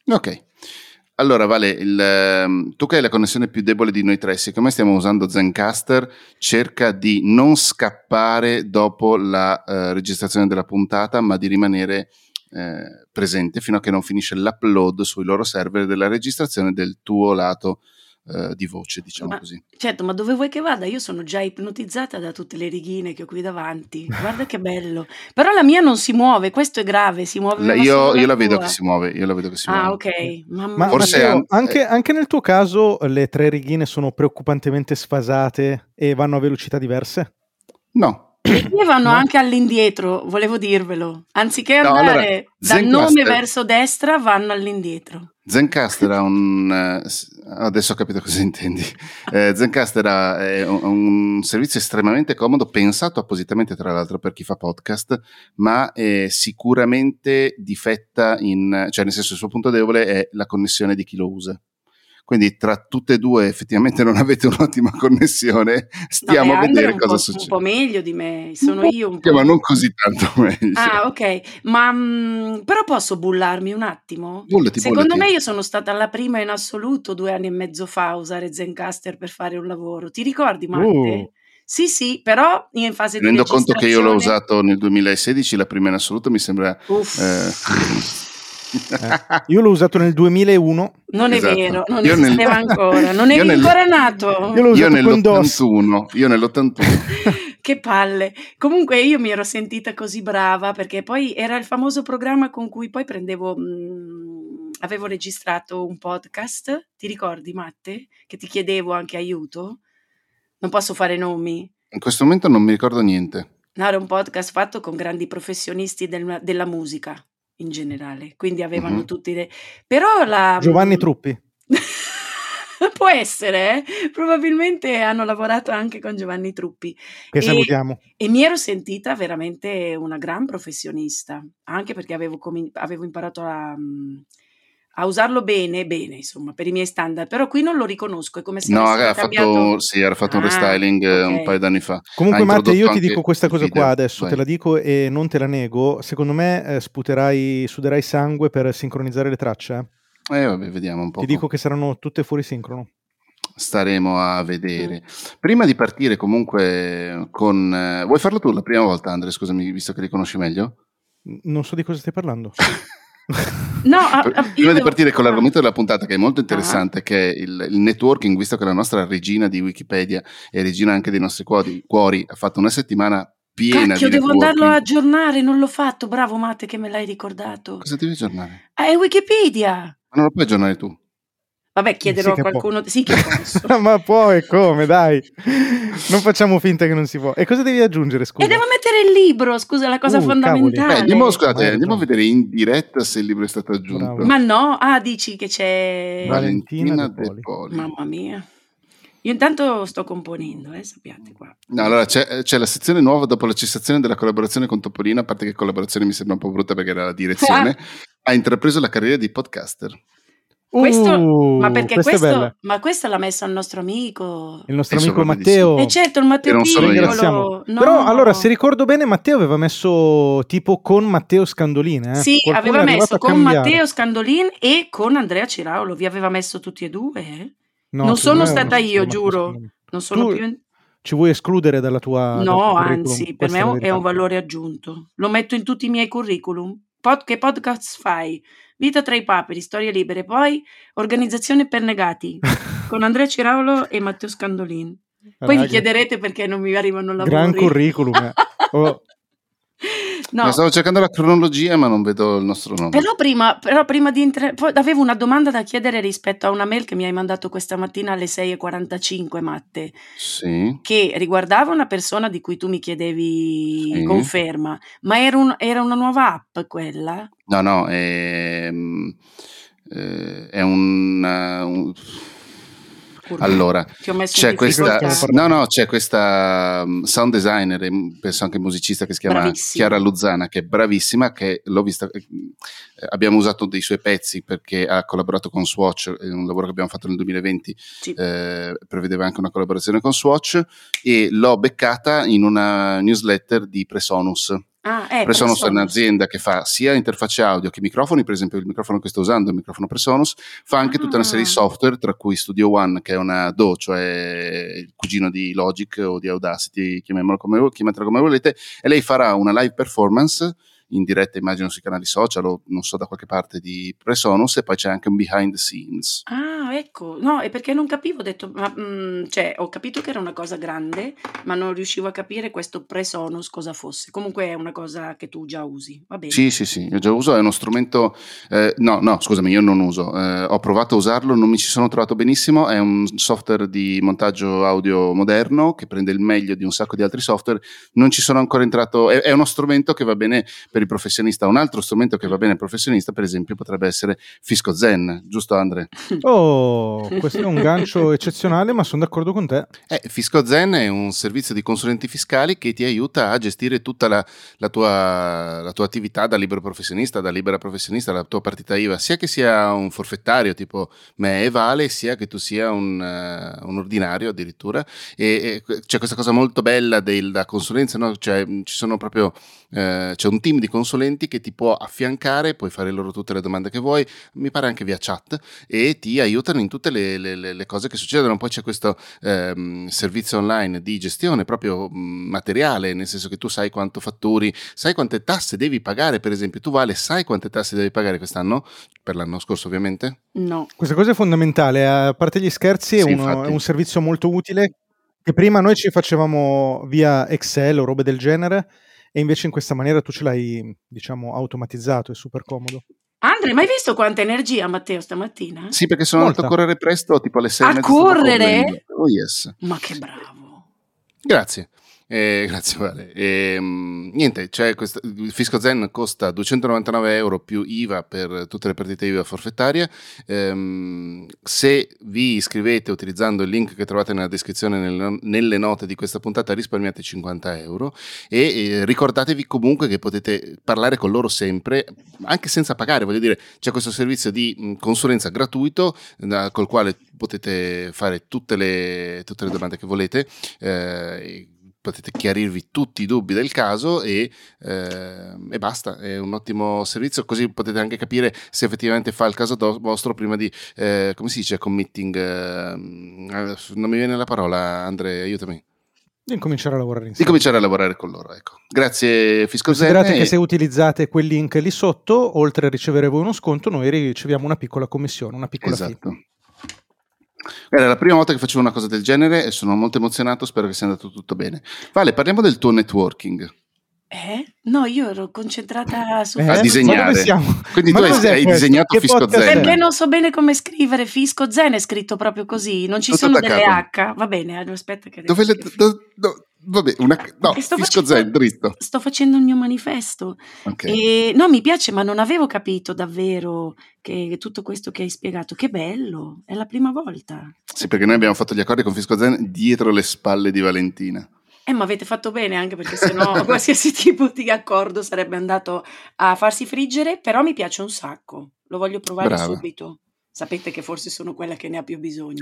Ok. Allora, Vale, tu che hai la connessione più debole di noi tre, siccome stiamo usando Zencastr, cerca di non scappare dopo la registrazione della puntata, ma di rimanere presente fino a che non finisce l'upload sui loro server della registrazione del tuo lato di voce, diciamo così. Certo, ma dove vuoi che vada? Io sono già ipnotizzata da tutte le righine che ho qui davanti. Guarda che bello. Però la mia non si muove, questo è grave, si muoveva solo Io la la vedo tua. che si muove, io la vedo che si Ah, muove. ok. Mamma Ma mia. Forse Matteo, anche nel tuo caso le tre righine sono preoccupantemente sfasate e vanno a velocità diverse? No. Le mie vanno No? anche all'indietro, volevo dirvelo. Anziché No, andare allora, dal Zencastr- nome verso destra, vanno all'indietro. Zencastr ha adesso ho capito cosa intendi. Zencastr è un servizio estremamente comodo, pensato appositamente tra l'altro per chi fa podcast, ma sicuramente difetta cioè nel senso il suo punto debole è la connessione di chi lo usa. Quindi tra tutte e due effettivamente non avete un'ottima connessione, stiamo a vedere cosa succede. Un po' meglio di me, sono io un po'. Ma non così tanto meglio. Ah, ok, ma però posso bullarmi un attimo? Bullati. Secondo me io sono stata la prima in assoluto 2 anni e mezzo fa a usare Zencastr per fare un lavoro. Ti ricordi, Matte? Sì, però in fase di Tenendo conto che io l'ho registrazione. usato nel 2016, la prima in assoluto mi sembra... Io l'ho usato nel 2001. Non è Esatto. vero, non esisteva ancora, non eri ancora nato. Io l'ho usato con DOS. Io nell'81. Che palle. Comunque io mi ero sentita così brava perché poi era il famoso programma con cui poi avevo registrato un podcast, ti ricordi, Matte? Che ti chiedevo anche aiuto? Non posso fare nomi. In questo momento non mi ricordo niente. No, era un podcast fatto con grandi professionisti della musica in generale, quindi avevano tutti però Giovanni Truppi. Può essere, probabilmente hanno lavorato anche con Giovanni Truppi. Che salutiamo. E mi ero sentita veramente una gran professionista, anche perché avevo imparato a usarlo bene, insomma, per i miei standard, però qui non lo riconosco, è come se avessero cambiato. Era fatto un restyling un paio d'anni fa. Comunque Matte, io ti dico questa cosa qua adesso, te la dico e non te la nego, secondo me suderai sangue per sincronizzare le tracce. Vabbè, vediamo un po'. Ti dico che saranno tutte fuori sincrono. Staremo a vedere. Prima di partire comunque con... vuoi farlo tu la prima volta, Andre, scusami, visto che li conosci meglio? Non so di cosa stai parlando. No, prima di partire con l'argomento della puntata, che è molto interessante, che è il networking, visto che la nostra regina di Wikipedia e regina anche dei nostri cuori ha fatto una settimana piena di devo andarlo a aggiornare, non l'ho fatto. Bravo Matte che me l'hai ricordato. Cosa devi aggiornare? È Wikipedia. Ma non lo puoi aggiornare tu? Vabbè, chiederò a qualcuno. Sì, che posso. Ma puoi, come, dai. Non facciamo finta che non si può. E cosa devi aggiungere, scusa? E devo mettere il libro, scusa, la cosa fondamentale. Andiamo a vedere in diretta se il libro è stato aggiunto. Bravo. Ma no? Dici che c'è... Valentina De Poli. Mamma mia. Io intanto sto componendo, sappiate qua. No, allora c'è la sezione nuova dopo la cessazione della collaborazione con Topolino, a parte che collaborazione mi sembra un po' brutta perché era la direzione, ha intrapreso la carriera di podcaster. Ma perché questo? Ma questa l'ha messa il nostro amico. Il nostro amico Matteo. E certo, il Matteo Piccolo. No. Però allora, se ricordo bene, Matteo aveva messo tipo con Matteo Scandolin. Sì, aveva messo con Matteo Scandolin e con Andrea Ciraulo. Vi aveva messo tutti e due? No, non sono stata io, giuro. Non sono più... Ci vuoi escludere dalla tua... No, anzi, per me è un valore aggiunto. Lo metto in tutti i miei curriculum. Che podcast fai? Vita tra i paperi, storie libere, poi Organizzazione per negati con Andrea Ciraulo e Matteo Scandolin. Poi vi chiederete perché non mi arrivano lavori. Gran curriculum. No, stavo cercando la cronologia ma non vedo il nostro nome. Però prima di poi avevo una domanda da chiedere rispetto a una mail che mi hai mandato questa mattina alle 6:45, Matte. Sì. Che riguardava una persona di cui tu mi chiedevi conferma, ma era una nuova app quella? No, è un allora c'è questa sound designer e penso anche musicista che si chiama Chiara Luzzana, che è bravissima, che l'ho vista, abbiamo usato dei suoi pezzi perché ha collaborato con Swatch, un lavoro che abbiamo fatto nel 2020, prevedeva anche una collaborazione con Swatch, e l'ho beccata in una newsletter di Presonus. PreSonus è un'azienda che fa sia interfacce audio che microfoni, per esempio il microfono che sto usando è il microfono PreSonus, fa anche tutta una serie di software, tra cui Studio One, che è una DAW, cioè il cugino di Logic o di Audacity, chiamatelo come volete, e lei farà una live performance in diretta, immagino sui canali social o non so, da qualche parte di PreSonus, e poi c'è anche un behind the scenes. Ecco, no, è perché non capivo, ho detto, cioè ho capito che era una cosa grande, ma non riuscivo a capire questo PreSonus cosa fosse. Comunque è una cosa che tu già usi, va bene? Sì, io già uso, è uno strumento, no, scusami, io non uso, ho provato a usarlo, non mi ci sono trovato benissimo, è un software di montaggio audio moderno che prende il meglio di un sacco di altri software, non ci sono ancora entrato, è uno strumento che va bene per il professionista. Un altro strumento che va bene al professionista, per esempio, potrebbe essere Fisco Zen, giusto Andre? Oh, questo è un gancio eccezionale, ma sono d'accordo con te. Fisco Zen è un servizio di consulenti fiscali che ti aiuta a gestire tutta la tua attività da libero professionista, da libera professionista, la tua partita IVA, sia che sia un forfettario tipo me e Vale, sia che tu sia un ordinario addirittura, e c'è questa cosa molto bella della consulenza, no? Cioè ci sono proprio c'è un team di consulenti che ti può affiancare, puoi fare loro tutte le domande che vuoi, mi pare anche via chat, e ti aiutano in tutte le cose che succedono. Poi c'è questo servizio online di gestione proprio materiale, nel senso che tu sai quanto fatturi, sai quante tasse devi pagare, per esempio tu Vale, sai quante tasse devi pagare quest'anno? Per l'anno scorso ovviamente? No. Questa cosa è fondamentale, a parte gli scherzi, Sì, è un servizio molto utile che prima noi ci facevamo via Excel o robe del genere, e invece in questa maniera tu ce l'hai, diciamo, automatizzato, è super comodo. Andre, ma hai visto quanta energia Matteo stamattina? Sì, perché sono andato a correre presto, tipo alle 6:30. A correre? Oh yes. Ma che bravo. Grazie. Grazie Vale. Niente, cioè il Fisco Zen costa €299 più IVA per tutte le partite IVA forfettarie. Se vi iscrivete utilizzando il link che trovate nella descrizione, nelle note di questa puntata, risparmiate €50 e ricordatevi comunque che potete parlare con loro sempre, anche senza pagare. Voglio dire, c'è questo servizio di consulenza gratuito col quale potete fare tutte le domande che volete, potete chiarirvi tutti i dubbi del caso e basta. È un ottimo servizio, così potete anche capire se effettivamente fa il caso vostro prima di come si dice committing, non mi viene la parola, Andre, aiutami. Di incominciare a lavorare insieme. Di cominciare a lavorare con loro, ecco. Grazie Fisco Zen. Considerate che se utilizzate quel link lì sotto, oltre a ricevere voi uno sconto, noi riceviamo una piccola commissione, una piccola fee. È la prima volta che facevo una cosa del genere e sono molto emozionato, spero che sia andato tutto bene. Vale, parliamo del tuo networking. No, io ero concentrata su a disegnare. Quindi tu hai disegnato Fisco Zen. Perché non so bene come scrivere Fisco Zen, è scritto proprio così, non ci sono delle H. Va bene, aspetta che vabbè, Fisco Zen dritto. Sto facendo il mio manifesto. Okay. E no, mi piace, ma non avevo capito davvero che tutto questo che hai spiegato, che bello, è la prima volta. Sì, perché noi abbiamo fatto gli accordi con Fisco Zen dietro le spalle di Valentina. Ma avete fatto bene, anche perché sennò qualsiasi tipo di accordo sarebbe andato a farsi friggere, però mi piace un sacco, lo voglio provare subito. Sapete che forse sono quella che ne ha più bisogno.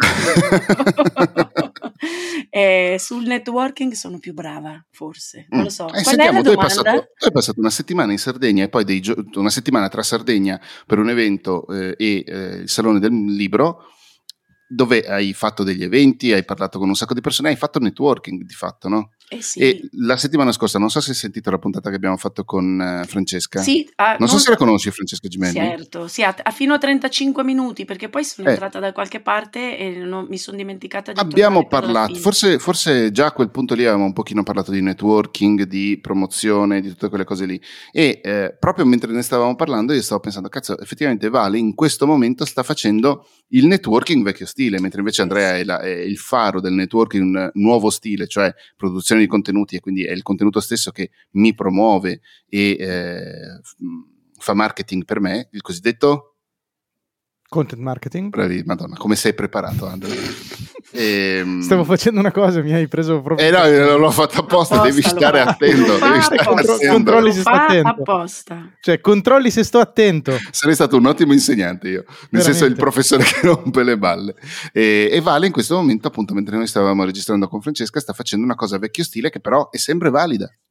Sul networking sono più brava, forse, non lo so. Qual è la domanda? Tu hai passato una settimana in Sardegna e poi una settimana tra Sardegna per un evento e il Salone del Libro, dove hai fatto degli eventi, hai parlato con un sacco di persone, hai fatto networking di fatto, no? Sì. E la settimana scorsa, non so se hai sentito la puntata che abbiamo fatto con Francesca. Sì, non so se la conosci, Francesca Gimelli. Certo, sì, fino a 35 minuti, perché poi sono entrata da qualche parte e mi sono dimenticata di abbiamo parlato, forse già a quel punto lì avevamo un pochino parlato di networking, di promozione, di tutte quelle cose lì, e proprio mentre ne stavamo parlando io stavo pensando, cazzo, effettivamente Vale in questo momento sta facendo il networking vecchio stile, mentre invece Andrea è il faro del networking nuovo stile, cioè produzione di contenuti, e quindi è il contenuto stesso che mi promuove e fa marketing per me, il cosiddetto content marketing. Bravi, madonna, come sei preparato, Andrea? Stavo facendo una cosa, mi hai preso proprio. No, l'ho fatto apposta, devi stare attento. Controlli se sto attento. Apposta. Cioè, controlli se sto attento. Sarei stato un ottimo insegnante io, nel senso il professore che rompe le balle. E Vale in questo momento, appunto, mentre noi stavamo registrando con Francesca, sta facendo una cosa vecchio stile che però è sempre valida.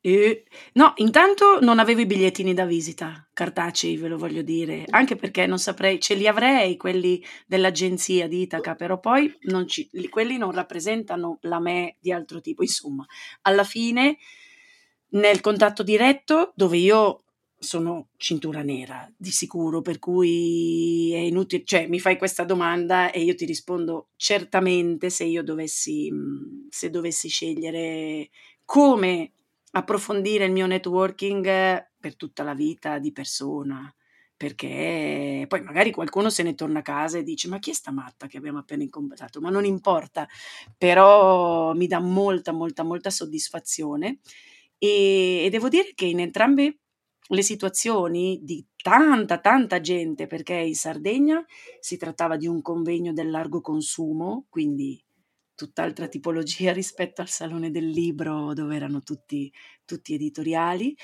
No, intanto non avevo i bigliettini da visita cartacei, ve lo voglio dire, anche perché non saprei, ce li avrei quelli dell'agenzia di Itaca, però poi quelli non rappresentano la me di altro tipo. Insomma, alla fine nel contatto diretto, dove io sono cintura nera di sicuro, per cui è inutile, cioè mi fai questa domanda e io ti rispondo certamente se dovessi scegliere come approfondire il mio networking per tutta la vita di persona, perché poi magari qualcuno se ne torna a casa e dice: ma chi è sta matta che abbiamo appena incontrato? Ma non importa, però mi dà molta molta molta soddisfazione e devo dire che in entrambe le situazioni di tanta gente, perché in Sardegna si trattava di un convegno del largo consumo, quindi tutt'altra tipologia rispetto al Salone del Libro dove erano tutti editoriali,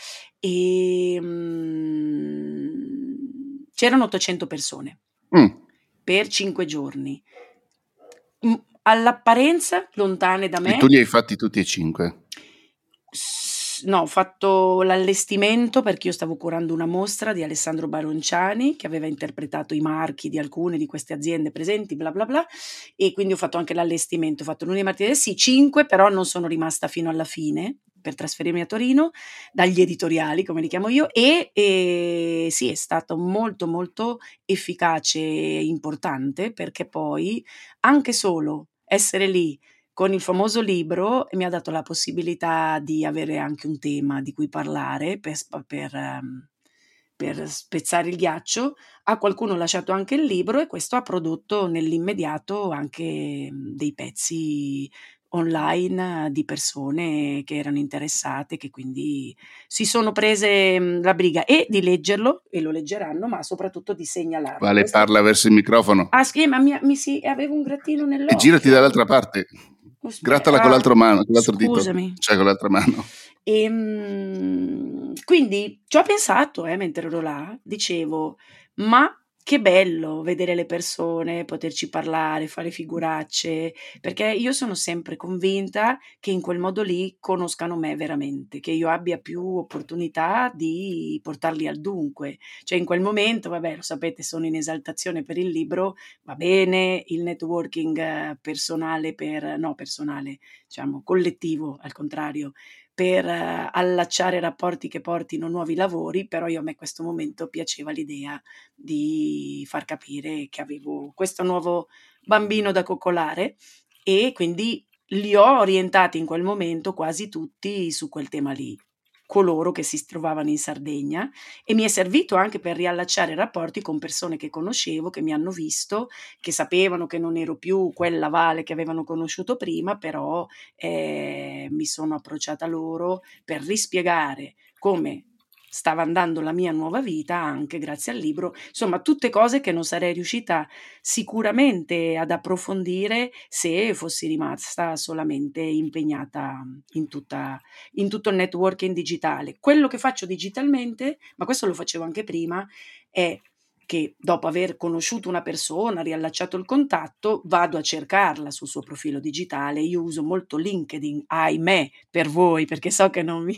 c'erano 800 persone per 5 giorni. All'apparenza lontane da me. E tu li hai fatti tutti e 5? No, ho fatto l'allestimento perché io stavo curando una mostra di Alessandro Baronciani che aveva interpretato i marchi di alcune di queste aziende presenti, bla bla bla, e quindi ho fatto anche l'allestimento, ho fatto lunedì, martedì, sì, 5, però non sono rimasta fino alla fine per trasferirmi a Torino dagli editoriali, come li chiamo io, e sì, è stato molto molto efficace e importante, perché poi anche solo essere lì con il famoso libro mi ha dato la possibilità di avere anche un tema di cui parlare per spezzare il ghiaccio. A qualcuno ho lasciato anche il libro e questo ha prodotto nell'immediato anche dei pezzi online di persone che erano interessate, che quindi si sono prese la briga e di leggerlo, e lo leggeranno, ma soprattutto di segnalarlo. Vale, parla verso il microfono. Ah sì, ma avevo un grattino nell'occhio. E girati dall'altra parte. Grattala con l'altro mano, con l'altro scusami. dito. Cioè con l'altra mano. Quindi ci ho pensato, mentre ero là, dicevo, ma che bello vedere le persone, poterci parlare, fare figuracce, perché io sono sempre convinta che in quel modo lì conoscano me veramente, che io abbia più opportunità di portarli al dunque. Cioè in quel momento, vabbè, lo sapete, sono in esaltazione per il libro, va bene, il networking personale diciamo collettivo, al contrario, per allacciare rapporti che portino nuovi lavori, però a me questo momento piaceva l'idea di far capire che avevo questo nuovo bambino da coccolare e quindi li ho orientati in quel momento quasi tutti su quel tema lì, coloro che si trovavano in Sardegna, e mi è servito anche per riallacciare rapporti con persone che conoscevo, che mi hanno visto, che sapevano che non ero più quella Vale che avevano conosciuto prima, però mi sono approcciata a loro per rispiegare come stava andando la mia nuova vita anche grazie al libro, insomma tutte cose che non sarei riuscita sicuramente ad approfondire se fossi rimasta solamente impegnata in tutto il networking digitale. Quello che faccio digitalmente, ma questo lo facevo anche prima, è che dopo aver conosciuto una persona, riallacciato il contatto, vado a cercarla sul suo profilo digitale. Io uso molto LinkedIn, ahimè, per voi, perché so che non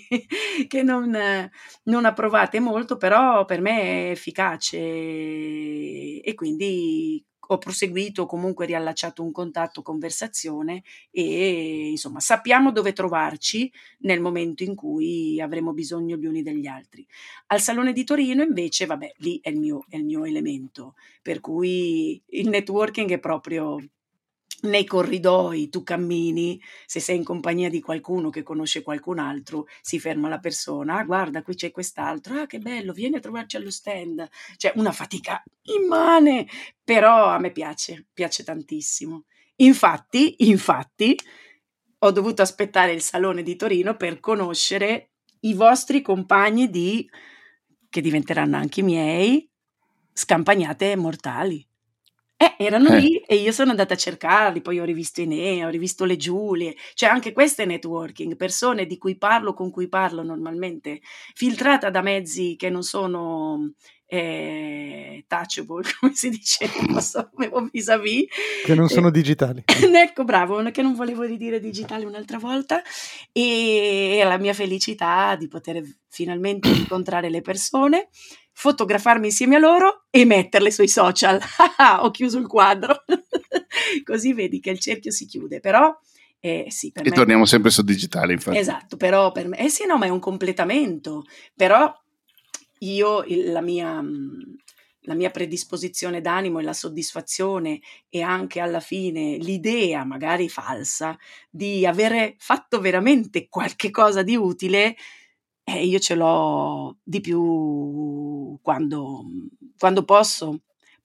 approvate molto, però per me è efficace e quindi ho proseguito, comunque riallacciato un contatto, conversazione e insomma sappiamo dove trovarci nel momento in cui avremo bisogno gli uni degli altri. Al Salone di Torino invece, vabbè, lì è il mio elemento, per cui il networking è proprio nei corridoi, tu cammini, se sei in compagnia di qualcuno che conosce qualcun altro, si ferma la persona, ah guarda qui c'è quest'altro, ah che bello, vieni a trovarci allo stand, cioè una fatica immane, però a me piace tantissimo. Infatti, ho dovuto aspettare il Salone di Torino per conoscere i vostri compagni che diventeranno anche i miei, Scampagnate Mortali. Erano lì e io sono andata a cercarli, poi ho rivisto Enea, ho rivisto le Giulie, cioè anche questo è networking, persone con cui parlo normalmente, filtrata da mezzi che non sono touchable, come si dice, non so, avevo vis-à-vis. Che non sono digitali. Ecco, bravo, che non volevo dire digitale un'altra volta, e la mia felicità di poter finalmente incontrare le persone, fotografarmi insieme a loro e metterle sui social. Ho chiuso il quadro. Così vedi che il cerchio si chiude, però sì, per e me... torniamo sempre su digitale, infatti. Esatto, però per me... sì, no, ma è un completamento, però io la mia predisposizione d'animo e la soddisfazione e anche alla fine l'idea, magari falsa, di avere fatto veramente qualche cosa di utile, io ce l'ho di più quando posso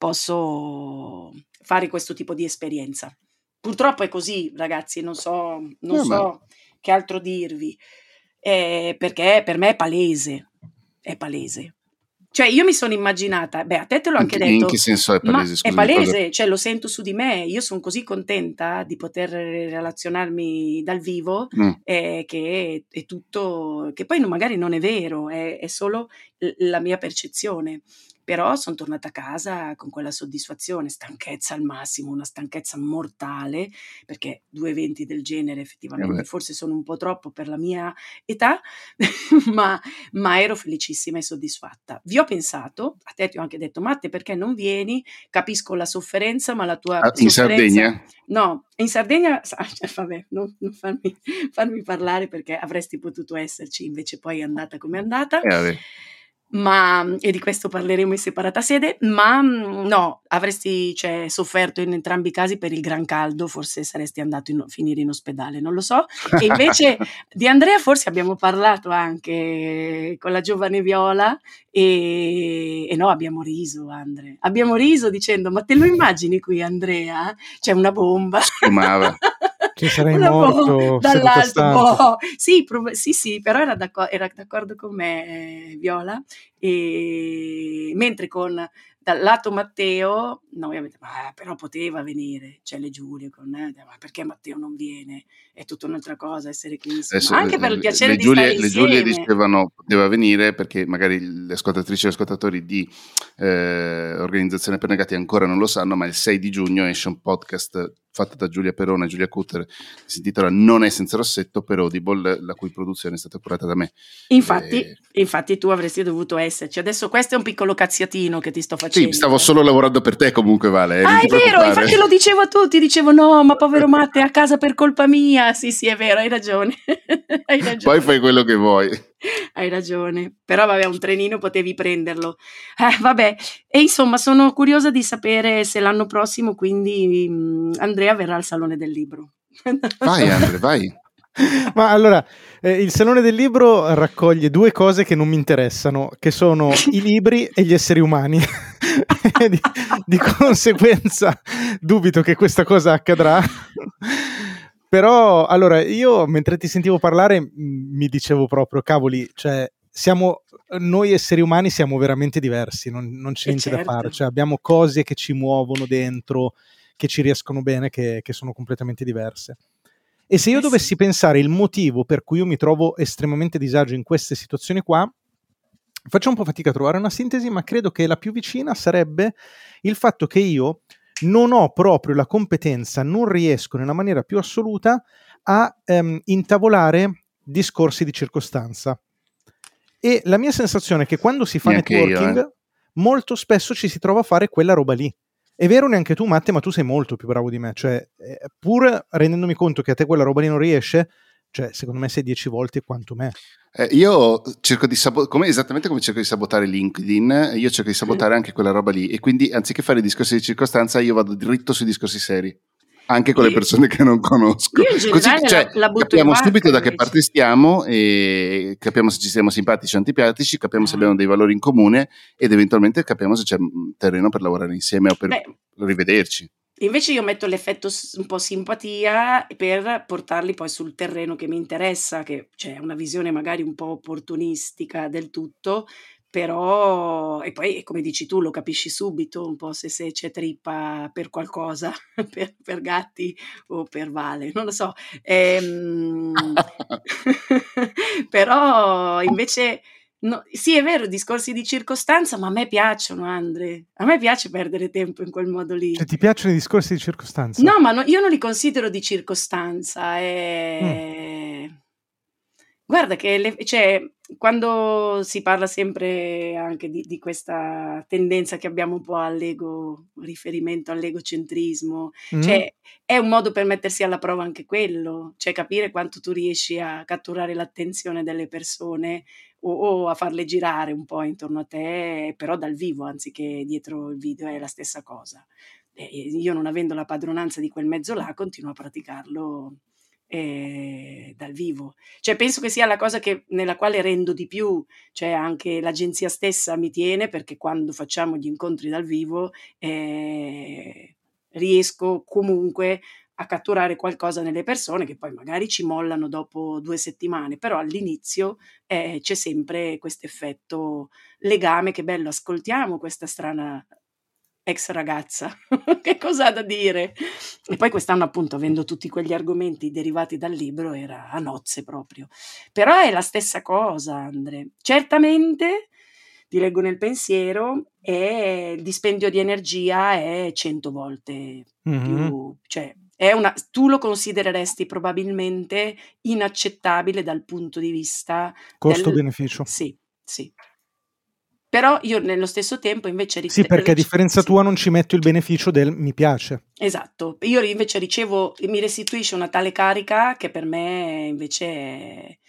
fare questo tipo di esperienza. Purtroppo è così, ragazzi, non so che altro dirvi, perché per me è palese. Cioè io mi sono immaginata, a te l'ho anche detto. In che senso è palese? Ma è palese, cioè lo sento su di me, io sono così contenta di poter relazionarmi dal vivo, che è tutto, che poi magari non è vero, è solo la mia percezione. Però sono tornata a casa con quella soddisfazione, stanchezza al massimo, una stanchezza mortale, perché 2 eventi del genere effettivamente forse sono un po' troppo per la mia età, ma ero felicissima e soddisfatta. Vi ho pensato, a te ti ho anche detto, Matte, perché non vieni? Capisco la sofferenza, ma la tua in sofferenza... Sardegna? No, in Sardegna, vabbè, non farmi parlare, perché avresti potuto esserci, invece poi è andata come è andata. E di questo parleremo in separata sede, ma no, avresti sofferto in entrambi i casi per il gran caldo, forse saresti andato a finire in ospedale, non lo so. E invece di Andrea forse abbiamo parlato anche con la giovane Viola e no, abbiamo riso, Andrea, abbiamo riso dicendo, ma te lo immagini qui Andrea? C'è una bomba. Che sarei morto dall'alto. Sì, però era d'accordo con me, Viola, e mentre dal lato Matteo, no, ovviamente, però poteva venire, c'è le Giulie con ma perché Matteo non viene? È tutta un'altra cosa essere qui insieme, anche per il piacere di stare insieme. Le Giulie dicevano poteva venire perché magari le ascoltatrici e ascoltatori di Organizzazione per Negati ancora non lo sanno, ma il 6 di giugno esce un podcast fatto da Giulia Perona e Giulia Cutter, si intitola Non è senza Rossetto, per Audible, la cui produzione è stata curata da me. Infatti tu avresti dovuto esserci. Adesso questo è un piccolo cazziatino che ti sto facendo. Sì, stavo solo lavorando per te comunque, Vale. È vero, infatti lo dicevo a tutti, dicevo no, ma povero Matte è a casa per colpa mia. Sì, è vero, hai ragione. Poi fai quello che vuoi. Hai ragione, però vabbè, un trenino potevi prenderlo. Vabbè, e insomma sono curiosa di sapere se l'anno prossimo quindi Andrea verrà al Salone del Libro. Vai Andrea, vai. Ma allora, il Salone del Libro raccoglie 2 cose che non mi interessano, che sono i libri e gli esseri umani. di conseguenza dubito che questa cosa accadrà. Però, allora, io mentre ti sentivo parlare mi dicevo proprio, cavoli, cioè noi esseri umani siamo veramente diversi, non c'è niente da fare, cioè abbiamo cose che ci muovono dentro, che ci riescono bene, che sono completamente diverse. E se io dovessi pensare il motivo per cui io mi trovo estremamente disagio in queste situazioni qua, faccio un po' fatica a trovare una sintesi, ma credo che la più vicina sarebbe il fatto che io non ho proprio la competenza, non riesco nella maniera più assoluta a intavolare discorsi di circostanza. E la mia sensazione è che quando si fa networking, molto spesso ci si trova a fare quella roba lì. È vero neanche tu, Matte, ma tu sei molto più bravo di me. Cioè, pur rendendomi conto che a te quella roba lì non riesce, cioè, secondo me sei 10 volte quanto me. Io cerco di esattamente come cerco di sabotare LinkedIn, io cerco di sabotare anche quella roba lì, e quindi anziché fare discorsi di circostanza io vado dritto sui discorsi seri, anche con le persone che non conosco. Io in generale così, la butto capiamo in vacca, subito da invece. che parte stiamo, e capiamo se ci siamo simpatici o antipatici, capiamo se abbiamo dei valori in comune ed eventualmente capiamo se c'è terreno per lavorare insieme o per rivederci. Invece io metto l'effetto un po' simpatia per portarli poi sul terreno che mi interessa, che c'è una visione magari un po' opportunistica del tutto, però, e poi come dici tu lo capisci subito un po' se c'è trippa per qualcosa, per Gatti o per Vale, non lo so. Però invece No, sì, è vero, discorsi di circostanza, ma a me piacciono, Andre. A me piace perdere tempo in quel modo lì. Cioè, ti piacciono i discorsi di circostanza? No, ma io non li considero di circostanza. Guarda che cioè, quando si parla sempre anche di questa tendenza che abbiamo un po' all'ego, riferimento all'egocentrismo, cioè è un modo per mettersi alla prova anche quello, cioè capire quanto tu riesci a catturare l'attenzione delle persone o a farle girare un po' intorno a te, però dal vivo anziché dietro il video, è la stessa cosa. Io, non avendo la padronanza di quel mezzo là, continuo a praticarlo dal vivo. Cioè penso che sia la cosa nella quale rendo di più, cioè anche l'agenzia stessa mi tiene, perché quando facciamo gli incontri dal vivo riesco comunque a catturare qualcosa nelle persone che poi magari ci mollano dopo 2 settimane, però all'inizio c'è sempre questo effetto legame, che bello, ascoltiamo questa strana ex ragazza, che cosa ha da dire? E poi quest'anno, appunto, avendo tutti quegli argomenti derivati dal libro, era a nozze proprio. Però è la stessa cosa, Andre. Certamente, ti leggo nel pensiero, il dispendio di energia è 100 volte più, cioè tu lo considereresti probabilmente inaccettabile dal punto di vista costo-beneficio. Sì. Però io nello stesso tempo invece sì, perché a differenza tua non ci metto il beneficio del mi piace. Esatto, io invece mi restituisce una tale carica che per me invece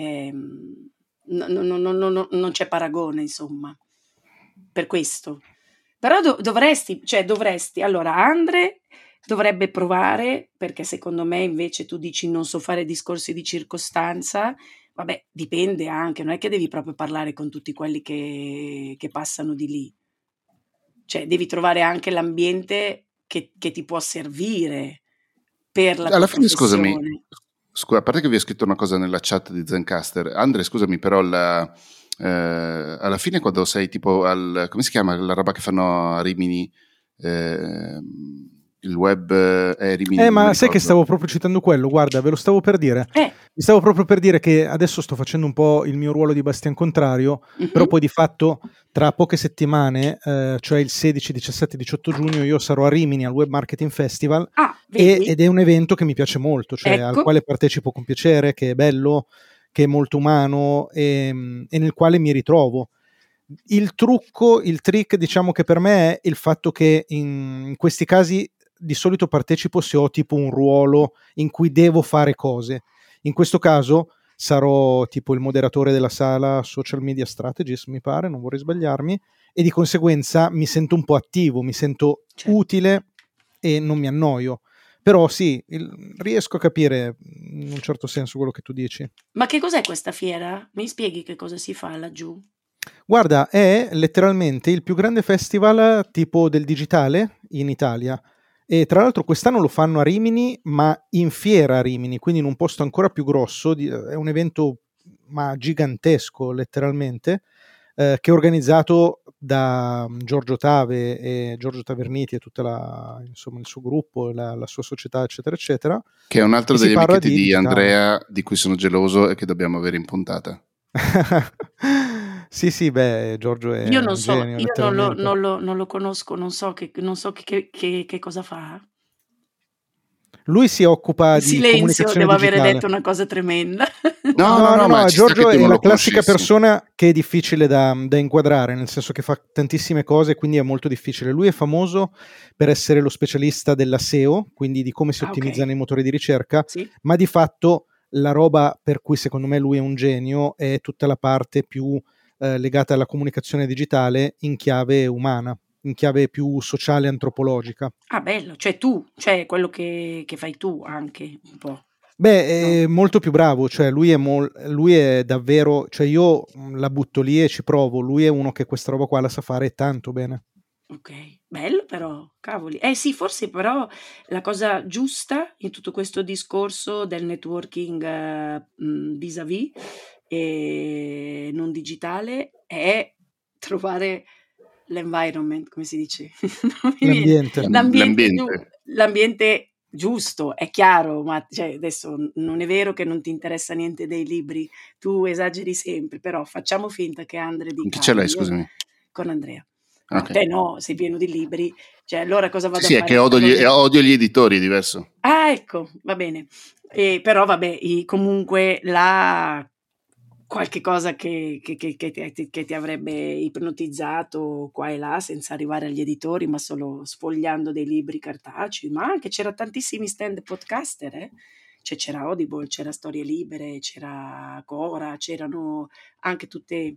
non c'è paragone, insomma, per questo. Però dovresti, allora Andre dovrebbe provare, perché secondo me invece tu dici non so fare discorsi di circostanza. Vabbè, dipende anche, non è che devi proprio parlare con tutti quelli che passano di lì. Cioè, devi trovare anche l'ambiente che ti può servire per la tua fine, professione. Scusa, a parte che vi ho scritto una cosa nella chat di Zencastr. Andre, scusami, però alla fine, quando sei tipo come si chiama la roba che fanno a Rimini? Il web è Rimini. Ma sai che stavo proprio citando quello, guarda, ve lo stavo per dire. Mi stavo proprio per dire che adesso sto facendo un po' il mio ruolo di Bastian Contrario, però poi di fatto tra poche settimane, cioè il 16, 17, 18 giugno, io sarò a Rimini al Web Marketing Festival ed è un evento che mi piace molto, cioè al quale partecipo con piacere, che è bello, che è molto umano e nel quale mi ritrovo. Il trick, diciamo che per me è il fatto che in questi casi di solito partecipo se ho tipo un ruolo in cui devo fare cose. In questo caso sarò tipo il moderatore della sala Social Media Strategist, mi pare, non vorrei sbagliarmi, e di conseguenza mi sento un po' attivo, mi sento utile e non mi annoio. Però sì, riesco a capire in un certo senso quello che tu dici. Ma che cos'è questa fiera? Mi spieghi che cosa si fa laggiù? Guarda, è letteralmente il più grande festival tipo del digitale in Italia. E tra l'altro quest'anno lo fanno a Rimini, ma in fiera a Rimini, quindi in un posto ancora più grosso. È un evento gigantesco letteralmente, che è organizzato da Giorgio Tave e Giorgio Taverniti e tutto il suo gruppo, la sua società, eccetera eccetera, che è un altro degli amichetti di Andrea di cui sono geloso e che dobbiamo avere in puntata. Sì, beh, Giorgio è io non un so, genio, io non lo conosco, non so che cosa fa. Lui si occupa di comunicazione devo digitale. avere detto una cosa tremenda. No, Giorgio è la classica persona che è difficile da inquadrare, nel senso che fa tantissime cose, quindi è molto difficile. Lui è famoso per essere lo specialista della SEO, quindi di come si ottimizzano i motori di ricerca, ma di fatto la roba per cui secondo me lui è un genio è tutta la parte più legata alla comunicazione digitale in chiave umana, in chiave più sociale antropologica. Ah, bello, cioè quello che fai tu anche un po'. Beh, è molto più bravo, cioè lui è davvero, cioè io la butto lì e ci provo, lui è uno che questa roba qua la sa fare tanto bene. Ok, bello però, cavoli. Sì, forse però la cosa giusta in tutto questo discorso del networking vis-à-vis e non digitale è trovare l'environment, come si dice? L'ambiente giusto, è chiaro, ma cioè, adesso non è vero che non ti interessa niente dei libri, tu esageri sempre, però facciamo finta che Andre Con dica chi ce l'hai, io scusami? con Andrea. No, Ok. te no, sei pieno di libri, cioè allora cosa vado Sì, a è fare? che odio gli editori, è diverso. Ah, ecco, va bene. Però vabbè, comunque qualche cosa che ti avrebbe ipnotizzato qua e là senza arrivare agli editori, ma solo sfogliando dei libri cartacei, ma anche c'era tantissimi stand podcaster, Cioè c'era Audible, c'era Storie Libere, c'era Cora, c'erano anche tutte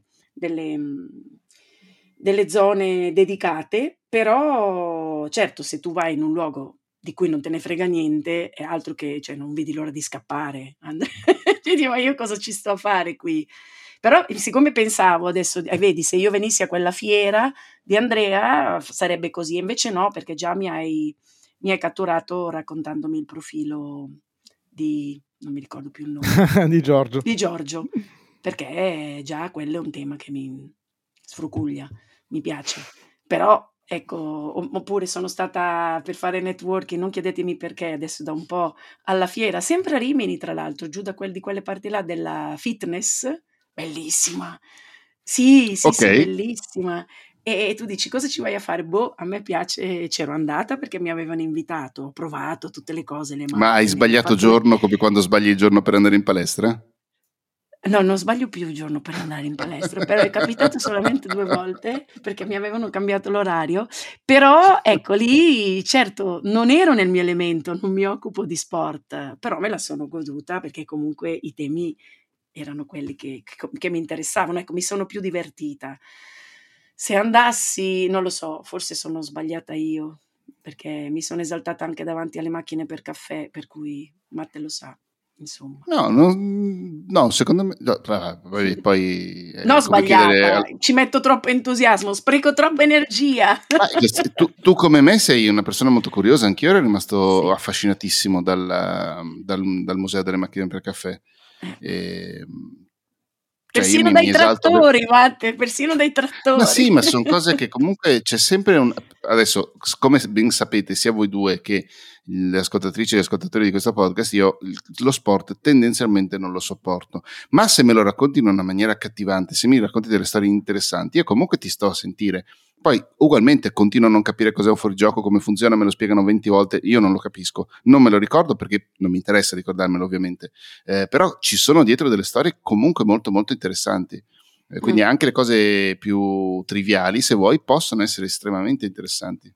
delle zone dedicate, però certo se tu vai in un luogo di cui non te ne frega niente, è altro che, cioè non vedi l'ora di scappare. Cioè, dico, ma io cosa ci sto a fare qui? Però siccome pensavo adesso, vedi, se io venissi a quella fiera di Andrea sarebbe così, invece no, perché già mi hai catturato raccontandomi il profilo non mi ricordo più il nome, di Giorgio. di Giorgio, perché già quello è un tema che mi sfrucuglia, mi piace. Però ecco, oppure sono stata per fare networking, non chiedetemi perché, adesso da un po' alla fiera, sempre a Rimini tra l'altro, giù da di quelle parti là della fitness, bellissima. Sì, Ok. bellissima. E tu dici cosa ci vai a fare? Boh, a me piace, c'ero andata perché mi avevano invitato, ho provato tutte le cose, le Ma hai macchine, ho sbagliato fatto giorno come quando sbagli il giorno per andare in palestra? No, non sbaglio più il giorno per andare in palestra, però è capitato solamente 2 volte perché mi avevano cambiato l'orario, però ecco lì certo non ero nel mio elemento, non mi occupo di sport, però me la sono goduta perché comunque i temi erano quelli che mi interessavano, ecco mi sono più divertita. Se andassi, non lo so, forse sono sbagliata io, perché mi sono esaltata anche davanti alle macchine per caffè, per cui Matte lo sa, insomma. No, secondo me. No, poi No, è come chiedere. sbagliata, ci metto troppo entusiasmo, spreco troppa energia. Tu come me sei una persona molto curiosa, anch'io ero rimasto Sì. affascinatissimo dal museo delle macchine per caffè. Cioè io Persino mi dai esalto. trattori, Matte, persino dai Ma trattori. sì, ma sono cose che comunque c'è sempre adesso, come ben sapete, sia voi due che le ascoltatrici e gli ascoltatori di questo podcast, io lo sport tendenzialmente non lo sopporto, ma se me lo racconti in una maniera accattivante, se mi racconti delle storie interessanti, io comunque ti sto a sentire. Poi ugualmente continuo a non capire cos'è un fuorigioco, come funziona, me lo spiegano 20 volte, io non lo capisco, non me lo ricordo perché non mi interessa ricordarmelo ovviamente, però ci sono dietro delle storie comunque molto molto interessanti. Quindi anche le cose più triviali, se vuoi, possono essere estremamente interessanti.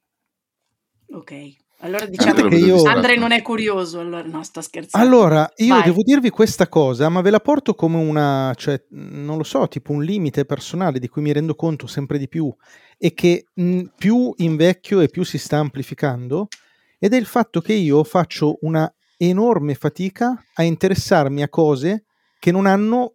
Ok, allora diciamo che io... Andre non è curioso, allora no, sto scherzando. Allora, io Vai. devo dirvi questa cosa, ma ve la porto come una, cioè, non lo so, tipo un limite personale di cui mi rendo conto sempre di più e che più invecchio e più si sta amplificando, ed è il fatto che io faccio una enorme fatica a interessarmi a cose che non hanno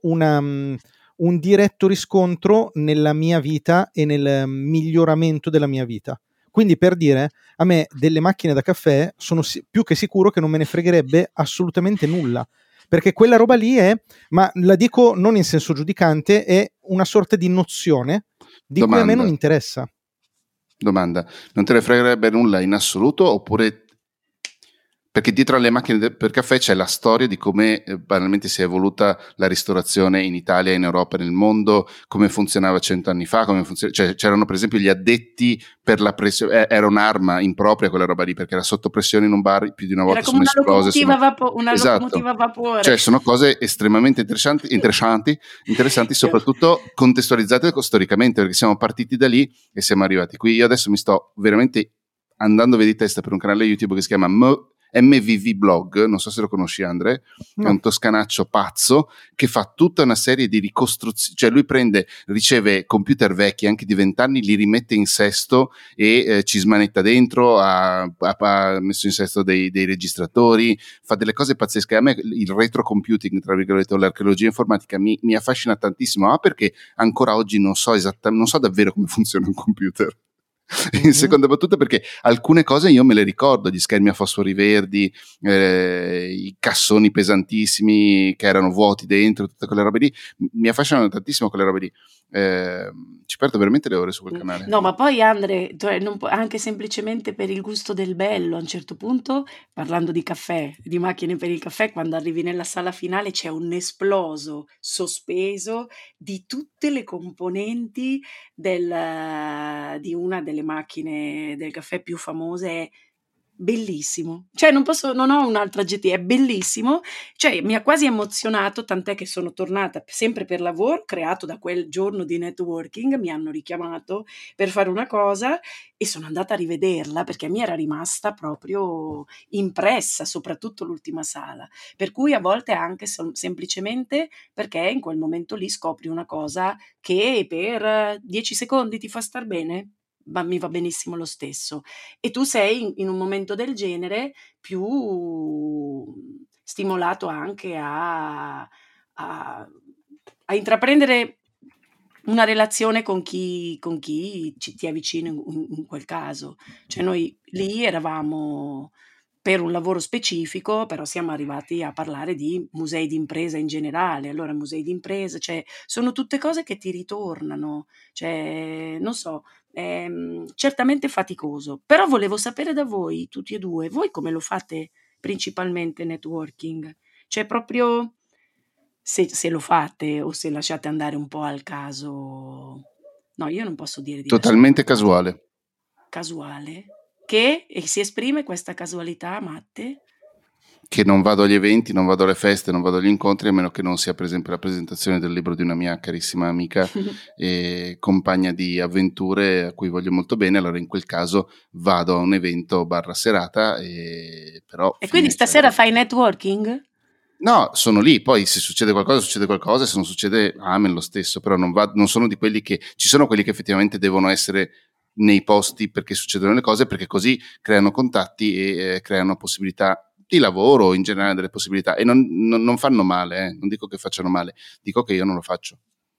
un diretto riscontro nella mia vita e nel miglioramento della mia vita. Quindi, per dire, a me delle macchine da caffè sono più che sicuro che non me ne fregherebbe assolutamente nulla, perché quella roba lì è, ma la dico non in senso giudicante, è una sorta di nozione di cui a me non interessa. Domanda, non te ne fregherebbe nulla in assoluto, oppure perché dietro alle macchine per caffè c'è la storia di come banalmente si è evoluta la ristorazione in Italia, in Europa, nel mondo, come funzionava 100 anni fa, cioè, c'erano per esempio gli addetti per la pressione, era un'arma impropria quella roba lì, perché era sotto pressione in un bar, più di una volta sono esplose. Locomotiva a vapore. Cioè sono cose estremamente interessanti soprattutto contestualizzate storicamente, perché siamo partiti da lì e siamo arrivati qui. Io adesso mi sto veramente andando via di testa per un canale YouTube che si chiama MVV Blog, non so se lo conosci Andre, no. È un toscanaccio pazzo che fa tutta una serie di ricostruzioni, cioè lui riceve computer vecchi anche di 20 anni, li rimette in sesto e ci smanetta dentro, ha messo in sesto dei registratori, fa delle cose pazzesche. A me il retro computing, tra virgolette, o l'archeologia informatica mi affascina tantissimo, ma perché ancora oggi non so davvero come funziona un computer. In seconda battuta perché alcune cose io me le ricordo, gli schermi a fosfori verdi, i cassoni pesantissimi che erano vuoti dentro, tutte quelle robe lì, mi affascinano tantissimo quelle robe lì. ci perdo veramente le ore su quel canale. No, ma poi Andre, anche semplicemente per il gusto del bello, a un certo punto, parlando di caffè, di macchine per il caffè, quando arrivi nella sala finale c'è un esploso sospeso di tutte le componenti di una delle macchine del caffè più famose. È bellissimo, cioè non ho un altro aggettivo, è bellissimo, cioè mi ha quasi emozionato, tant'è che sono tornata sempre per lavoro, creato da quel giorno di networking, mi hanno richiamato per fare una cosa e sono andata a rivederla perché mi era rimasta proprio impressa, soprattutto l'ultima sala, per cui a volte anche semplicemente perché in quel momento lì scopri una cosa che per 10 secondi ti fa star bene, ma mi va benissimo lo stesso. E tu sei in un momento del genere più stimolato anche a intraprendere una relazione con chi ti è vicino in quel caso. Cioè noi lì eravamo per un lavoro specifico, però siamo arrivati a parlare di musei d'impresa in generale. Allora musei d'impresa, cioè sono tutte cose che ti ritornano, cioè non so, è certamente faticoso, però volevo sapere da voi, tutti e due, voi come lo fate principalmente networking? Cioè proprio se lo fate o se lasciate andare un po' al caso. No, io non posso dire di totalmente casuale. Casuale? Che si esprime questa casualità, Matte? Che non vado agli eventi, non vado alle feste, non vado agli incontri, a meno che non sia per esempio la presentazione del libro di una mia carissima amica e compagna di avventure a cui voglio molto bene. Allora in quel caso vado a un evento / serata e quindi stasera fai networking? No, sono lì, poi se succede qualcosa, se non succede, amen lo stesso, però non sono di quelli che, ci sono quelli che effettivamente devono essere nei posti perché succedono le cose, perché così creano contatti e creano possibilità di lavoro, in generale delle possibilità, e non fanno male, non dico che facciano male, dico che io non lo faccio.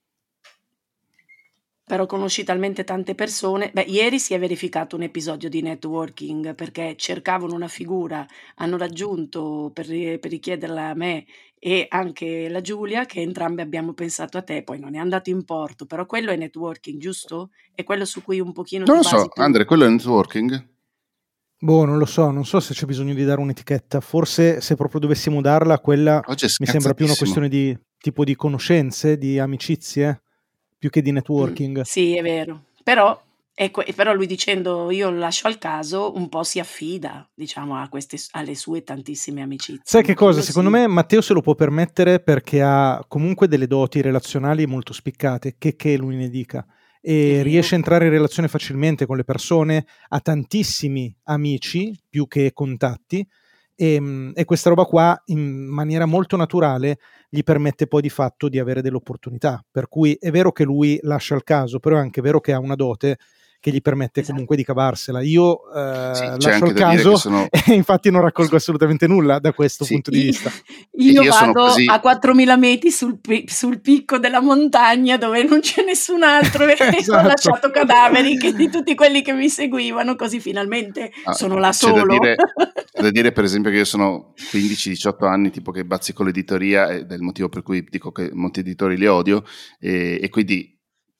Però conosci talmente tante persone. Beh, ieri si è verificato un episodio di networking perché cercavano una figura, hanno raggiunto per richiederla a me e anche la Giulia, che entrambe abbiamo pensato a te, poi non è andato in porto, però quello è networking, giusto? È quello su cui un pochino non ti lo basi so, tu. Andre, quello è networking? Boh, non lo so se c'è bisogno di dare un'etichetta, forse se proprio dovessimo darla, quella mi sembra più una questione di tipo di conoscenze, di amicizie, più che di networking. Sì, è vero, però lui dicendo io lo lascio al caso, un po' si affida, diciamo, alle sue tantissime amicizie. Sai che cosa? Secondo me Matteo se lo può permettere perché ha comunque delle doti relazionali molto spiccate, che lui ne dica, e riesce a entrare in relazione facilmente con le persone, ha tantissimi amici più che contatti, e questa roba qua in maniera molto naturale gli permette poi di fatto di avere delle opportunità, per cui è vero che lui lascia al caso, però è anche vero che ha una dote che gli permette comunque di cavarsela. Io lascio al caso e infatti non raccolgo assolutamente nulla da questo punto di vista. Io vado a 4.000 metri sul picco della montagna dove non c'è nessun altro esatto. Ho lasciato cadaveri di tutti quelli che mi seguivano, così finalmente sono là solo. Da dire per esempio che io sono 15-18 anni tipo che bazzico l'editoria, ed è il motivo per cui dico che molti editori li odio, e quindi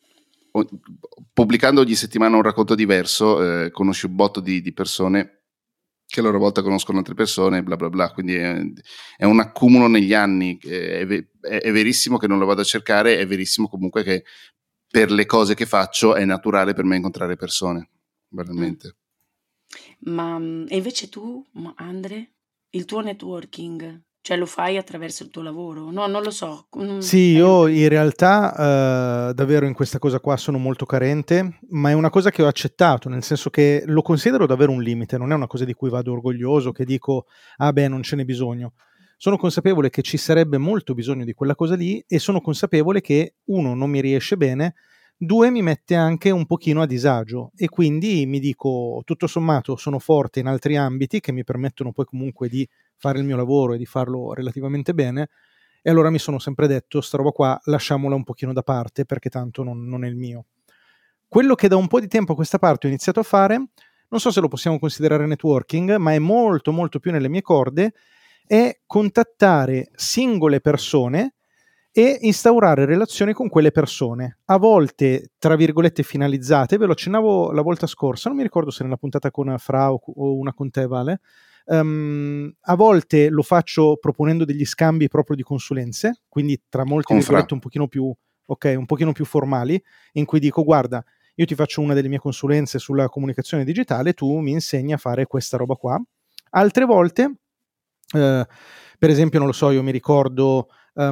pubblicando ogni settimana un racconto diverso conosci un botto di persone che a loro volta conoscono altre persone, bla bla bla, quindi è un accumulo negli anni. È verissimo che non lo vado a cercare, è verissimo comunque che per le cose che faccio è naturale per me incontrare persone, banalmente. Ma e invece tu, Andre, il tuo networking, cioè lo fai attraverso il tuo lavoro? No, non lo so. Sì, io in realtà davvero in questa cosa qua sono molto carente, ma è una cosa che ho accettato, nel senso che lo considero davvero un limite, non è una cosa di cui vado orgoglioso, che dico, ah beh, non ce n'è bisogno. Sono consapevole che ci sarebbe molto bisogno di quella cosa lì e sono consapevole che, uno, non mi riesce bene, due, mi mette anche un pochino a disagio e quindi mi dico, tutto sommato, sono forte in altri ambiti che mi permettono poi comunque di fare il mio lavoro e di farlo relativamente bene, e allora mi sono sempre detto, sta roba qua lasciamola un pochino da parte perché tanto non è il mio. Quello che da un po' di tempo a questa parte ho iniziato a fare, non so se lo possiamo considerare networking, ma è molto molto più nelle mie corde, è contattare singole persone e instaurare relazioni con quelle persone, a volte tra virgolette finalizzate. Ve lo accennavo la volta scorsa, non mi ricordo se nella puntata con Fra o una con te, Vale. A volte lo faccio proponendo degli scambi proprio di consulenze, quindi tra molte virgolette un pochino più formali, in cui dico: guarda, io ti faccio una delle mie consulenze sulla comunicazione digitale, tu mi insegni a fare questa roba qua. Altre volte, per esempio, non lo so, io mi ricordo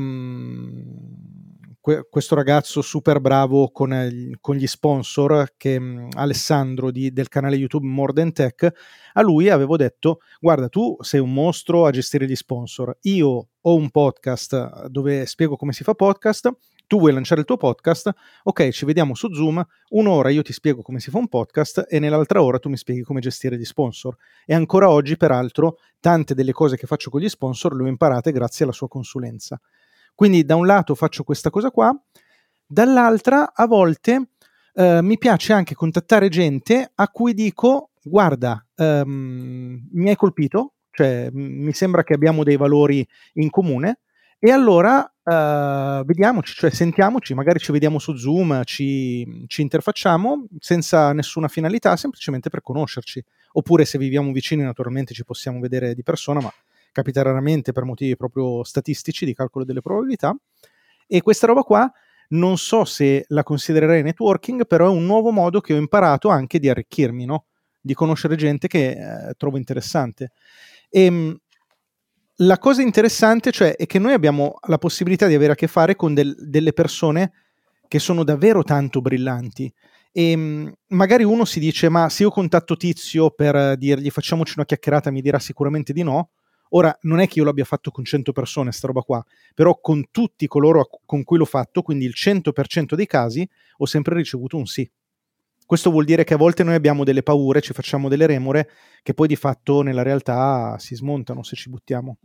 questo ragazzo super bravo con gli sponsor, che Alessandro del canale YouTube More Than Tech. A lui avevo detto: guarda, tu sei un mostro a gestire gli sponsor, io ho un podcast dove spiego come si fa podcast, tu vuoi lanciare il tuo podcast, ok, ci vediamo su Zoom, un'ora io ti spiego come si fa un podcast e nell'altra ora tu mi spieghi come gestire gli sponsor. E ancora oggi, peraltro, tante delle cose che faccio con gli sponsor le ho imparate grazie alla sua consulenza. Quindi da un lato faccio questa cosa qua, dall'altra a volte mi piace anche contattare gente a cui dico: guarda, mi hai colpito, cioè mi sembra che abbiamo dei valori in comune, e allora vediamoci, cioè sentiamoci, magari ci vediamo su Zoom, ci interfacciamo senza nessuna finalità, semplicemente per conoscerci. Oppure se viviamo vicini naturalmente ci possiamo vedere di persona, ma capita raramente per motivi proprio statistici di calcolo delle probabilità. E questa roba qua non so se la considererei networking, però è un nuovo modo che ho imparato anche di arricchirmi, no? Di conoscere gente che trovo interessante. E la cosa interessante, cioè, è che noi abbiamo la possibilità di avere a che fare con delle persone che sono davvero tanto brillanti. E magari uno si dice: ma se io contatto Tizio per dirgli facciamoci una chiacchierata, mi dirà sicuramente di no. Ora, non è che io l'abbia fatto con 100 persone sta roba qua, però con tutti coloro con cui l'ho fatto, quindi il 100% dei casi, ho sempre ricevuto un sì. Questo vuol dire che a volte noi abbiamo delle paure, ci facciamo delle remore, che poi di fatto nella realtà si smontano se ci buttiamo.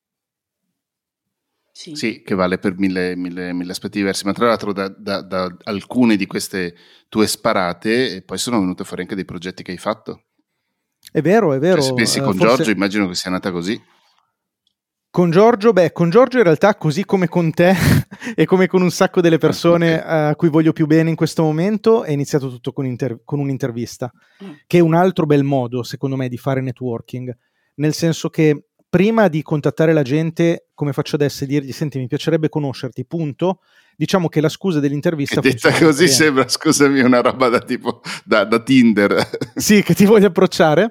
Sì, che vale per mille aspetti diversi, ma tra l'altro da alcune di queste tue sparate e poi sono venute fuori anche dei progetti che hai fatto. È vero. Cioè, se pensi con Giorgio, immagino che sia nata così. Con Giorgio in realtà, così come con te e come con un sacco delle persone a cui voglio più bene in questo momento, è iniziato tutto con un'intervista, che è un altro bel modo, secondo me, di fare networking, nel senso che prima di contattare la gente, come faccio adesso, e dirgli: senti, mi piacerebbe conoscerti, punto, diciamo che la scusa dell'intervista... Che detta così sembra, scusami, una roba da tipo da Tinder. Sì, che ti voglio approcciare.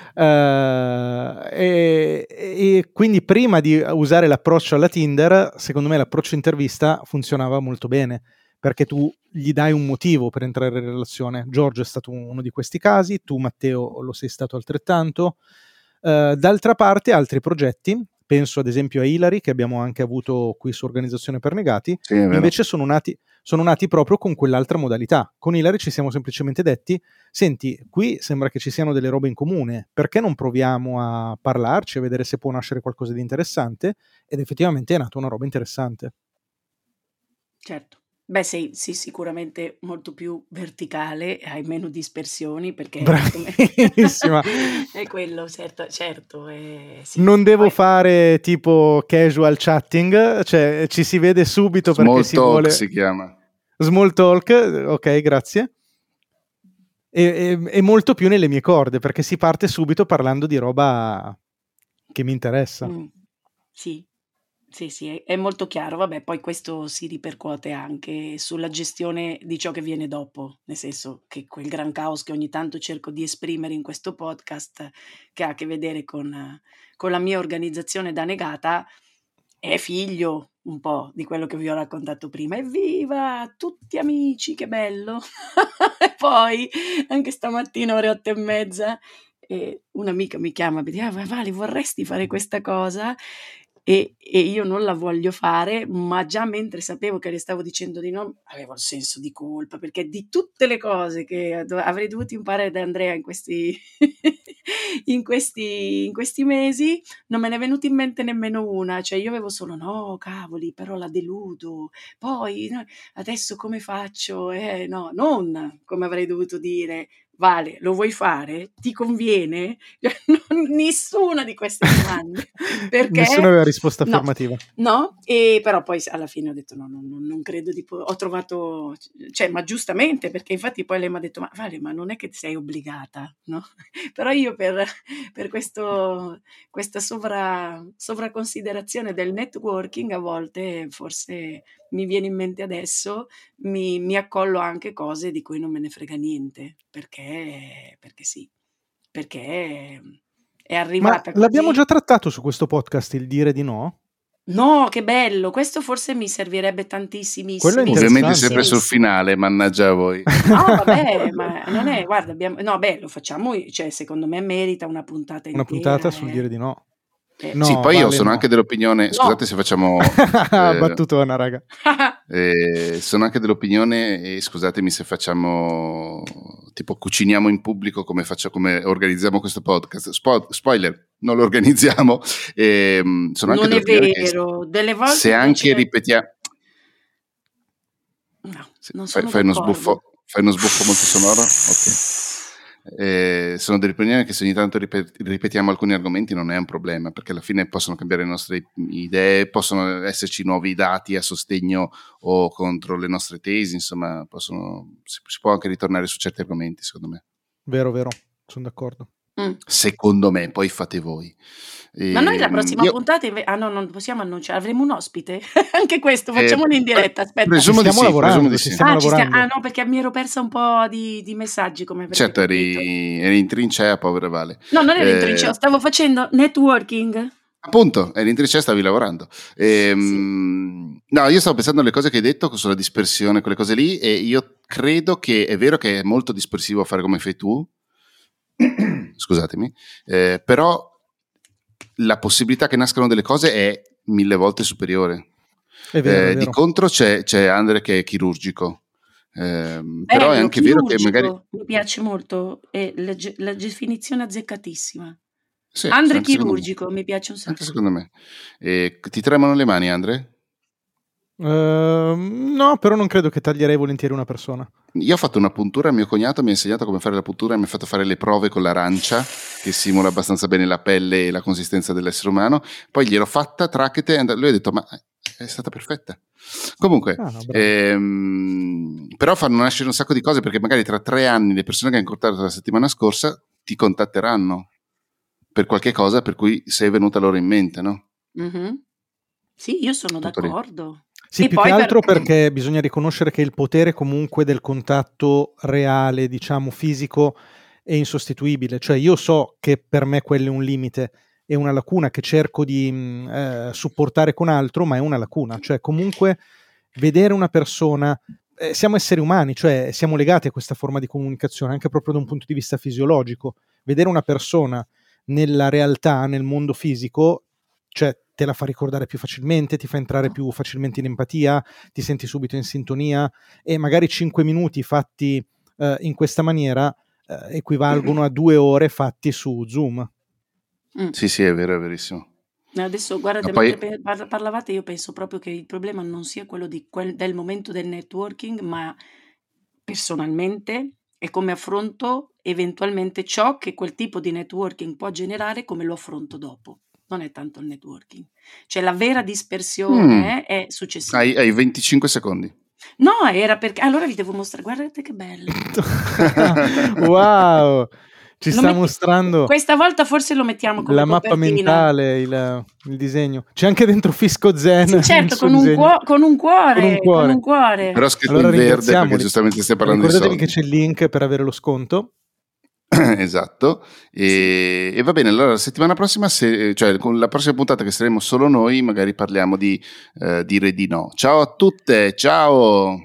E quindi prima di usare l'approccio alla Tinder, secondo me l'approccio intervista funzionava molto bene, perché tu gli dai un motivo per entrare in relazione. Giorgio è stato uno di questi casi, tu Matteo lo sei stato altrettanto. D'altra parte altri progetti, penso ad esempio a Ilari, che abbiamo anche avuto qui su Organizzazione per Negati, sì, invece sono nati proprio con quell'altra modalità. Con Ilari ci siamo semplicemente detti: senti, qui sembra che ci siano delle robe in comune, perché non proviamo a parlarci, a vedere se può nascere qualcosa di interessante? Ed effettivamente è nata una roba interessante. Certo. Beh, sei sicuramente molto più verticale, hai meno dispersioni, perché bravissima. È quello, certo. Sì. Non devo fare tipo casual chatting, cioè ci si vede subito Small perché si talk vuole... si chiama. Small talk, ok, grazie. E molto più nelle mie corde, perché si parte subito parlando di roba che mi interessa. Sì, è molto chiaro. Vabbè, poi questo si ripercuote anche sulla gestione di ciò che viene dopo, nel senso che quel gran caos che ogni tanto cerco di esprimere in questo podcast, che ha a che vedere con la mia organizzazione da negata, è figlio un po' di quello che vi ho raccontato prima. Evviva, tutti amici, che bello! E poi, anche stamattina ore 8:30, un'amica mi chiama e mi dice: Vale, vorresti fare questa cosa? E io non la voglio fare, ma già mentre sapevo che le stavo dicendo di no, avevo il senso di colpa, perché di tutte le cose che avrei dovuto imparare da Andrea in questi in questi mesi, non me ne è venuta in mente nemmeno una. Cioè io avevo solo: no, cavoli, però la deludo, poi no, adesso come faccio? No, non come avrei dovuto dire, Vale, lo vuoi fare? Ti conviene? Nessuna di queste domande. Perché? Nessuno aveva risposta affermativa. No, e però poi alla fine ho detto no, non credo ho trovato, cioè, ma giustamente, perché infatti poi lei mi ha detto, ma Vale, ma non è che sei obbligata, no? Però io per questa sovraconsiderazione del networking a volte, forse mi viene in mente adesso, mi accollo anche cose di cui non me ne frega niente, perché sì, perché è arrivata Ma l'abbiamo così. già trattato su questo podcast, il dire di no? No, che bello, questo forse mi servirebbe Quello è Ovviamente sempre sul finale, mannaggia a voi. No, vabbè, ma non è, guarda, lo facciamo, cioè secondo me merita una puntata intera. Una puntata sul dire di no. No, sì, poi io sono anche dell'opinione, scusate se facciamo battutona, raga. Sono anche dell'opinione, e scusatemi se facciamo tipo cuciniamo in pubblico come organizziamo questo podcast. Spoiler, non lo organizziamo. Sono anche non è vero, delle volte se anche ripetiamo. No, non sono fai uno sbuffo molto sonoro? Ok. Sono dell'opinione che se ogni tanto ripetiamo alcuni argomenti non è un problema, perché alla fine possono cambiare le nostre idee, possono esserci nuovi dati a sostegno o contro le nostre tesi, insomma si può anche ritornare su certi argomenti, secondo me. Vero, sono d'accordo. Secondo me, poi fate voi. Ma noi la prossima puntata non possiamo annunciare, avremo un ospite? Anche questo, facciamolo in diretta, aspetta. Presumo di sì. Stiamo lavorando. No, perché mi ero persa un po' di messaggi, come avrete certo, eri in trincea, povera Vale. No, non ero in trincea, stavo facendo networking. Appunto, eri in trincea, stavi lavorando. Sì. No, io stavo pensando alle cose che hai detto sulla dispersione, quelle cose lì, e io credo che è vero che è molto dispersivo fare come fai tu, scusatemi, però la possibilità che nascano delle cose è 1000 volte superiore. È vero. Di contro c'è Andre che è chirurgico, però è anche vero che magari mi piace molto, è la definizione azzeccatissima. Sì, Andre chirurgico mi piace un sacco. Anche secondo me. Ti tremano le mani, Andre? No, però non credo che taglierei volentieri una persona. Io ho fatto una puntura, mio cognato mi ha insegnato come fare la puntura e mi ha fatto fare le prove con l'arancia, che simula abbastanza bene la pelle e la consistenza dell'essere umano. Poi gliel'ho fatta, tracchete, e lui ha detto, ma è stata perfetta. Comunque, però fanno nascere un sacco di cose, perché magari tra 3 anni le persone che hai incontrato la settimana scorsa ti contatteranno per qualche cosa per cui sei venuta loro in mente, no? Mm-hmm. Sì, io sono d'accordo. Sì, più che altro perché bisogna riconoscere che il potere comunque del contatto reale, diciamo fisico, è insostituibile. Cioè io so che per me quello è un limite, è una lacuna che cerco di supportare con altro, ma è una lacuna. Cioè comunque vedere una persona, siamo esseri umani, cioè siamo legati a questa forma di comunicazione, anche proprio da un punto di vista fisiologico. Vedere una persona nella realtà, nel mondo fisico, cioè te la fa ricordare più facilmente, ti fa entrare più facilmente in empatia, ti senti subito in sintonia, e magari 5 minuti fatti in questa maniera equivalgono a 2 ore fatti su Zoom. Sì, è vero, è verissimo. Adesso guardate, mentre parlavate io penso proprio che il problema non sia quello del momento del networking, ma personalmente è come affronto eventualmente ciò che quel tipo di networking può generare, come lo affronto dopo. Non è tanto il networking, cioè la vera dispersione è successiva. Hai 25 secondi. No, era perché allora vi devo mostrare, guardate che bello. Wow, ci sta mostrando questa volta, forse lo mettiamo come la mappa mentale, il disegno. C'è anche dentro Fisco Zen. Sì, certo, con un cuore. Però scritto in verde, perché giustamente stiamo parlando di soldi. Ricordatevi che c'è il link per avere lo sconto. Esatto, e va bene. Allora la settimana prossima, cioè con la prossima puntata che saremo solo noi, magari parliamo di dire di no. Ciao a tutte, ciao.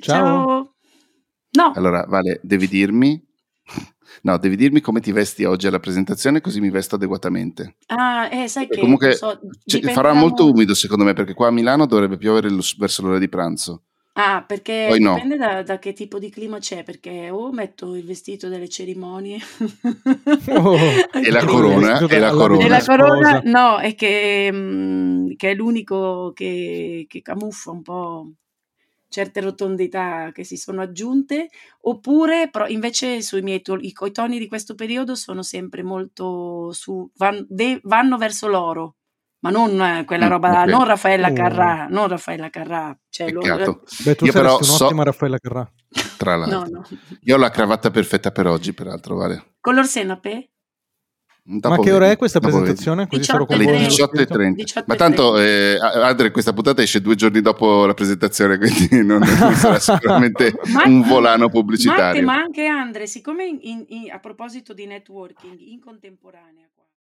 No. Allora Vale, devi dirmi come ti vesti oggi alla presentazione, così mi vesto adeguatamente. Sai che comunque farà molto umido, umido secondo me, perché qua a Milano dovrebbe piovere verso l'ora di pranzo. Perché poi dipende da che tipo di clima c'è, perché o metto il vestito delle cerimonie e la corona, no, è che è l'unico che camuffa un po', certe rotondità che si sono aggiunte, oppure invece i toni di questo periodo sono sempre molto vanno verso l'oro, ma non quella roba, okay. non Raffaella Carrà, cioè Peccato. Beh, tu saresti un'ottima Raffaella Carrà. Tra l'altro. No. Io ho la cravatta perfetta per oggi, peraltro, Vale. Color senape? Ma che ora è questa presentazione? Alle 18:30. Ma tanto Andre, questa puntata esce 2 giorni dopo la presentazione, quindi non sarà sicuramente un volano pubblicitario. Ma anche Andre, siccome a proposito di networking in contemporanea